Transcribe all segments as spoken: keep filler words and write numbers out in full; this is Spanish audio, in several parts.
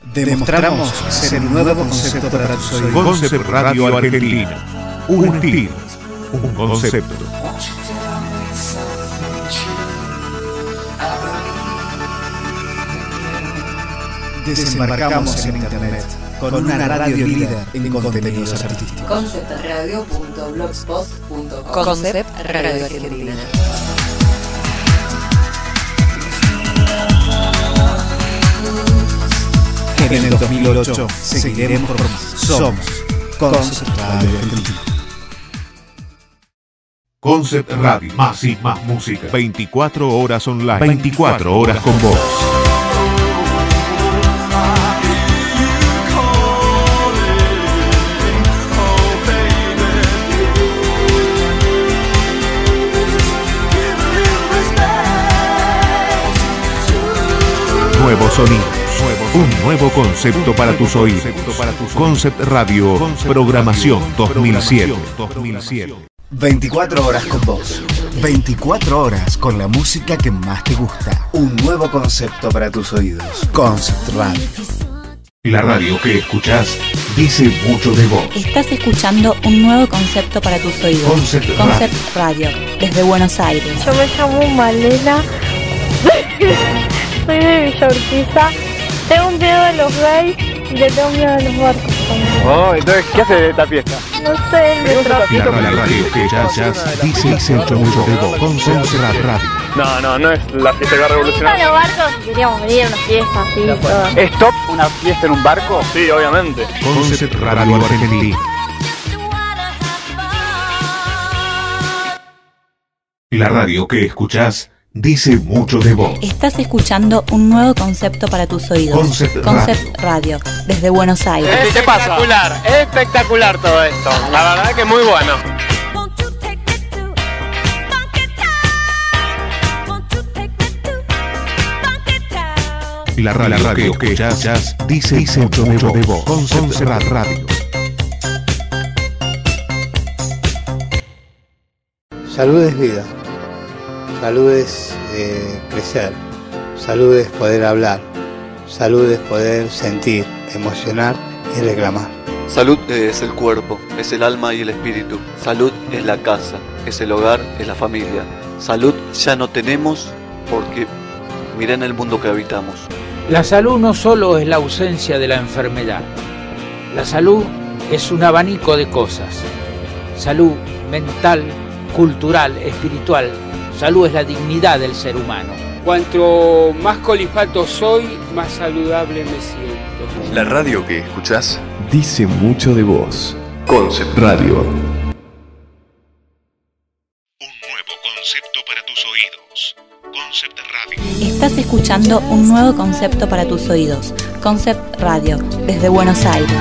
Demostramos ser un nuevo concepto para tus oídos. Concept Radio Argentina. Un estilo, un concepto. Desembarcamos en Internet con una radio líder en contenidos artísticos. concept radio punto blogspot punto com. Concept Radio Argentina. En el dos mil ocho seguiremos por más. Somos Concept Radio Argentina. Concept Radio, más y más música. veinticuatro horas online. veinticuatro horas con vos. Nuevos sonidos. Un nuevo concepto para tus oídos. Concept Radio, programación dos mil siete. veinticuatro horas con vos. veinticuatro horas con la música que más te gusta. Un nuevo concepto para tus oídos. Concept Radio. La radio que escuchás dice mucho de vos. Estás escuchando un nuevo concepto para tus oídos. Concept, Concept Radio, desde Buenos Aires. Yo me llamo Malena. Soy de Villa Urquiza. Tengo miedo de los gays y le tengo miedo de los barcos también. Oh, entonces, ¿qué hace de esta fiesta? No sé, me trapito. La, la radio que escuchás dice mucho de vos. Concept Radio. No, no, no es la fiesta que va a revolucionar. Los barcos queríamos venir a una fiesta así. Todo. ¿Es top una fiesta en un barco? Sí, obviamente. Concept Radio Argentina. La radio que escuchás dice mucho de vos. Estás escuchando un nuevo concepto para tus oídos. Concept, Concept Radio, desde Buenos Aires. Espectacular, espectacular todo esto. La verdad que muy bueno. La radio, la radio que escuchás dice, dice mucho de vos. Concept Radio. Salud es vida. Salud es eh, crecer, salud es poder hablar, salud es poder sentir, emocionar y reclamar. Salud es el cuerpo, es el alma y el espíritu. Salud es la casa, es el hogar, es la familia. Salud ya no tenemos porque miren el mundo que habitamos. La salud no solo es la ausencia de la enfermedad. La salud es un abanico de cosas. Salud mental, cultural, espiritual. Salud es la dignidad del ser humano. Cuanto más colifato soy, más saludable me siento. La radio que escuchás dice mucho de vos. Concept Radio. Un nuevo concepto para tus oídos. Concept Radio. Estás escuchando un nuevo concepto para tus oídos. Concept Radio, desde Buenos Aires.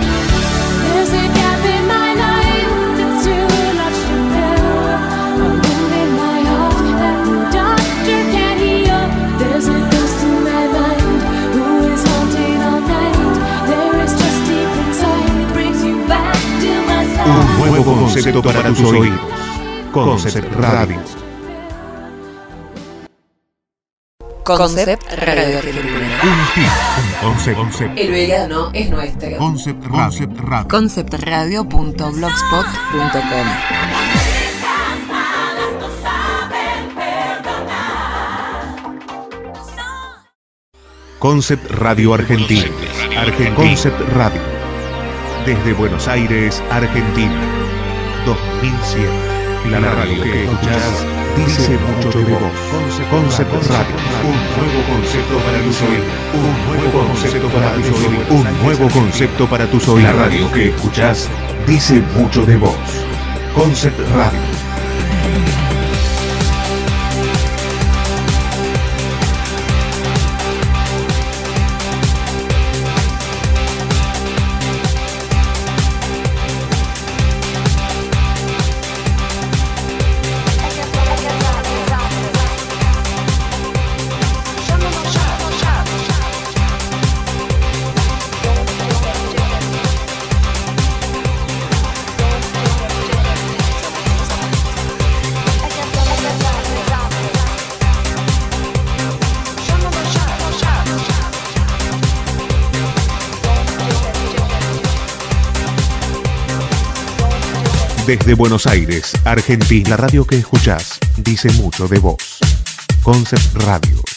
Un nuevo concepto para tus oídos. Concept Radio. Concept Radio Argentina. Un estilo, un concepto. El vegano es nuestro. Concept Radio. concept radio punto blogspot punto com. Concept Radio Argentina. Argentina. Concept Radio. Desde Buenos Aires, Argentina. dos mil siete. La radio que escuchás dice mucho de vos. Concept Radio. Un nuevo concepto para tus oídos. Un nuevo concepto para tus oídos. Un nuevo concepto para tus oídos. La radio que escuchás dice mucho de vos. Concept Radio. Desde Buenos Aires, Argentina, la radio que escuchás dice mucho de vos. Concept Radio.